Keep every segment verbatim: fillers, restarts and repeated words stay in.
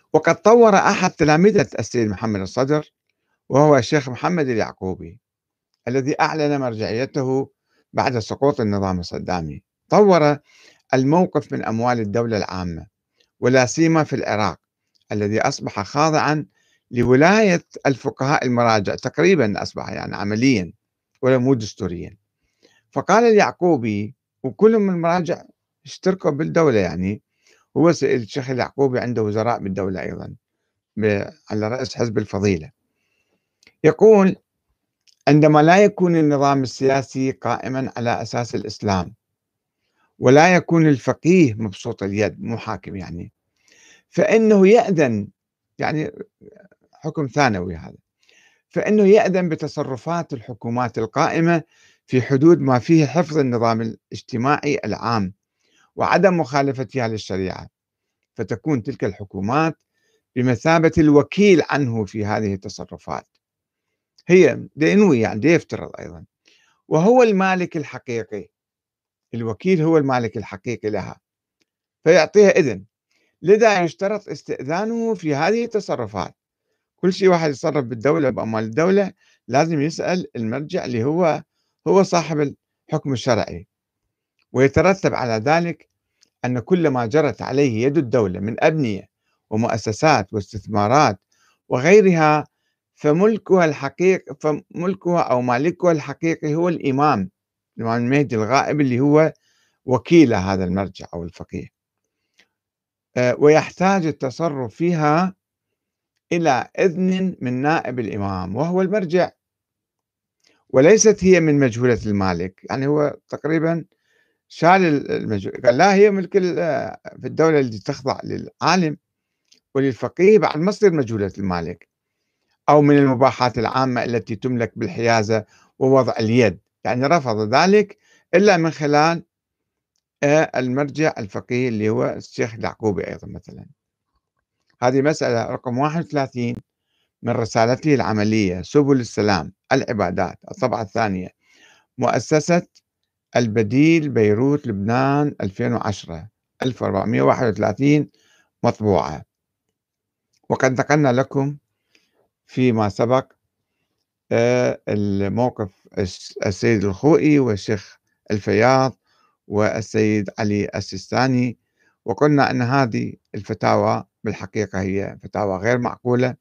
وقد طور أحد تلامذة السيد محمد الصدر وهو الشيخ محمد اليعقوبي الذي أعلن مرجعيته بعد سقوط النظام الصدامي. طور الموقف من أموال الدولة العامة ولا سيما في العراق الذي أصبح خاضعا لولاية الفقهاء المراجع، تقريبا أصبح يعني عمليا ولا مو دستوريا. فقال اليعقوبي، وكل من المراجع اشتركوا بالدولة، يعني هو الشيخ اليعقوبي عنده وزراء بالدولة أيضا على رأس حزب الفضيلة، يقول: عندما لا يكون النظام السياسي قائما على أساس الإسلام ولا يكون الفقيه مبسوط اليد مو حاكم يعني، فإنه يأذن، يعني حكم ثانوي هذا، فإنه يأذن بتصرفات الحكومات القائمة في حدود ما فيه حفظ النظام الاجتماعي العام وعدم مخالفتها للشريعة، فتكون تلك الحكومات بمثابة الوكيل عنه في هذه التصرفات. هي ينوي يعني يفترض أيضا، وهو المالك الحقيقي، الوكيل هو المالك الحقيقي لها فيعطيها إذن، لذا يشترط استئذانه في هذه التصرفات. كل شيء واحد يتصرف بالدولة بأموال الدولة لازم يسأل المرجع اللي هو هو صاحب الحكم الشرعي، ويترتب على ذلك أن كل ما جرت عليه يد الدولة من أبنية ومؤسسات واستثمارات وغيرها فملكها الحقيقي فملكها أو مالكها الحقيقي هو الإمام الإمام المهدي الغائب اللي هو وكيل هذا المرجع أو الفقيه، ويحتاج التصرف فيها إلى إذن من نائب الإمام وهو المرجع، وليست هي من مجهولة المالك. يعني هو تقريبا شال المجهول، قال لا، هي ملك في الدولة اللي تخضع للعالم وللفقيه بعد ما تصير مجهولة المالك، أو من المباحات العامة التي تملك بالحيازة ووضع اليد، يعني رفض ذلك إلا من خلال المرجع الفقيه اللي هو الشيخ اليعقوبي أيضا مثلا. هذه مسألة رقم واحد وثلاثين من رسالته العملية سبل السلام العبادات، الطبعة الثانية، مؤسسة البديل بيروت لبنان ألفين وعشرة ألف وأربعمئة وواحد وثلاثين مطبوعة. وقد نقلنا لكم فيما سبق الموقف السيد الخوئي والشيخ الفياض والسيد علي السيستاني، وقلنا أن هذه الفتاوى بالحقيقة هي فتاوى غير معقولة،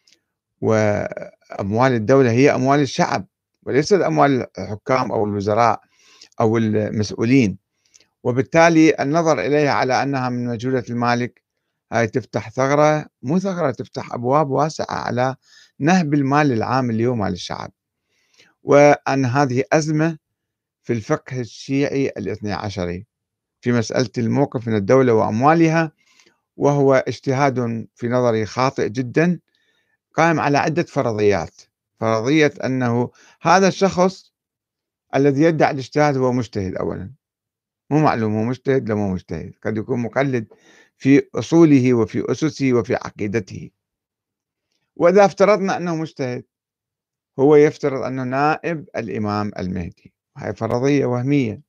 وأموال الدولة هي أموال الشعب وليست أموال الحكام أو الوزراء أو المسؤولين، وبالتالي النظر إليها على أنها من مجهولة المالك هاي تفتح ثغرة، مو ثغرة، تفتح أبواب واسعة على نهب المال العام اليوم على الشعب، وأن هذه أزمة في الفقه الشيعي الاثني عشري في مسألة الموقف من الدولة وأموالها، وهو اجتهاد في نظري خاطئ جدا قائم على عدة فرضيات. فرضية أنه هذا الشخص الذي يدعي الاجتهاد هو مجتهد، أولا مو معلوم هو مجتهد لو مو مجتهد، قد يكون مقلد في أصوله وفي أسسه وفي عقيدته. وإذا افترضنا أنه مجتهد هو يفترض أنه نائب الإمام المهدي، هاي فرضية وهمية.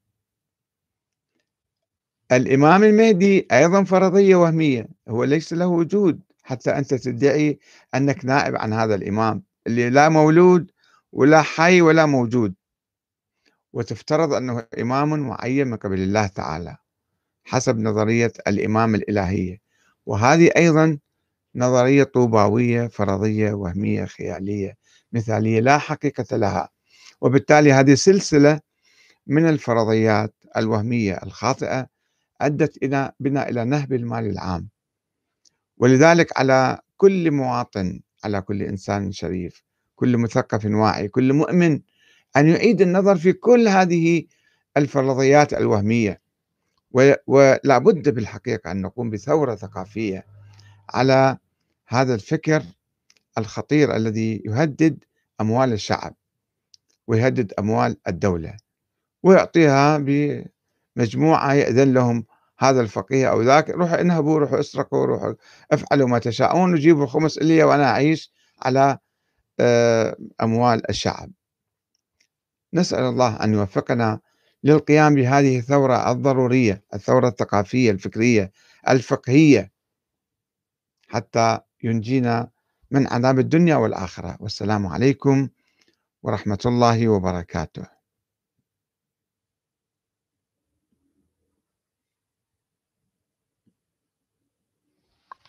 الإمام المهدي أيضا فرضية وهمية، هو ليس له وجود حتى أنت تدعي أنك نائب عن هذا الإمام اللي لا مولود ولا حي ولا موجود، وتفترض أنه إمام معين من قبل الله تعالى حسب نظرية الإمام الإلهية، وهذه أيضا نظرية طوباوية فرضية وهمية خيالية مثالية لا حقيقة لها. وبالتالي هذه سلسلة من الفرضيات الوهمية الخاطئة أدت إلى بنا إلى نهب المال العام. ولذلك على كل مواطن، على كل إنسان شريف، كل مثقف واعي، كل مؤمن، أن يعيد النظر في كل هذه الفرضيات الوهمية، ولا بد بالحقيقة أن نقوم بثورة ثقافية على هذا الفكر الخطير الذي يهدد أموال الشعب ويهدد أموال الدولة، ويعطيها بمجموعة يأذن لهم هذا الفقيه أو ذاك، روحوا انهبوا، روحوا اسرقوا، روحوا افعلوا ما تشاءون وجيبوا الخمس إلي وأنا أعيش على أموال الشعب. نسأل الله أن يوفقنا للقيام بهذه الثورة الضرورية، الثورة الثقافية الفكرية الفقهية، حتى ينجينا من عذاب الدنيا والآخرة. والسلام عليكم ورحمة الله وبركاته.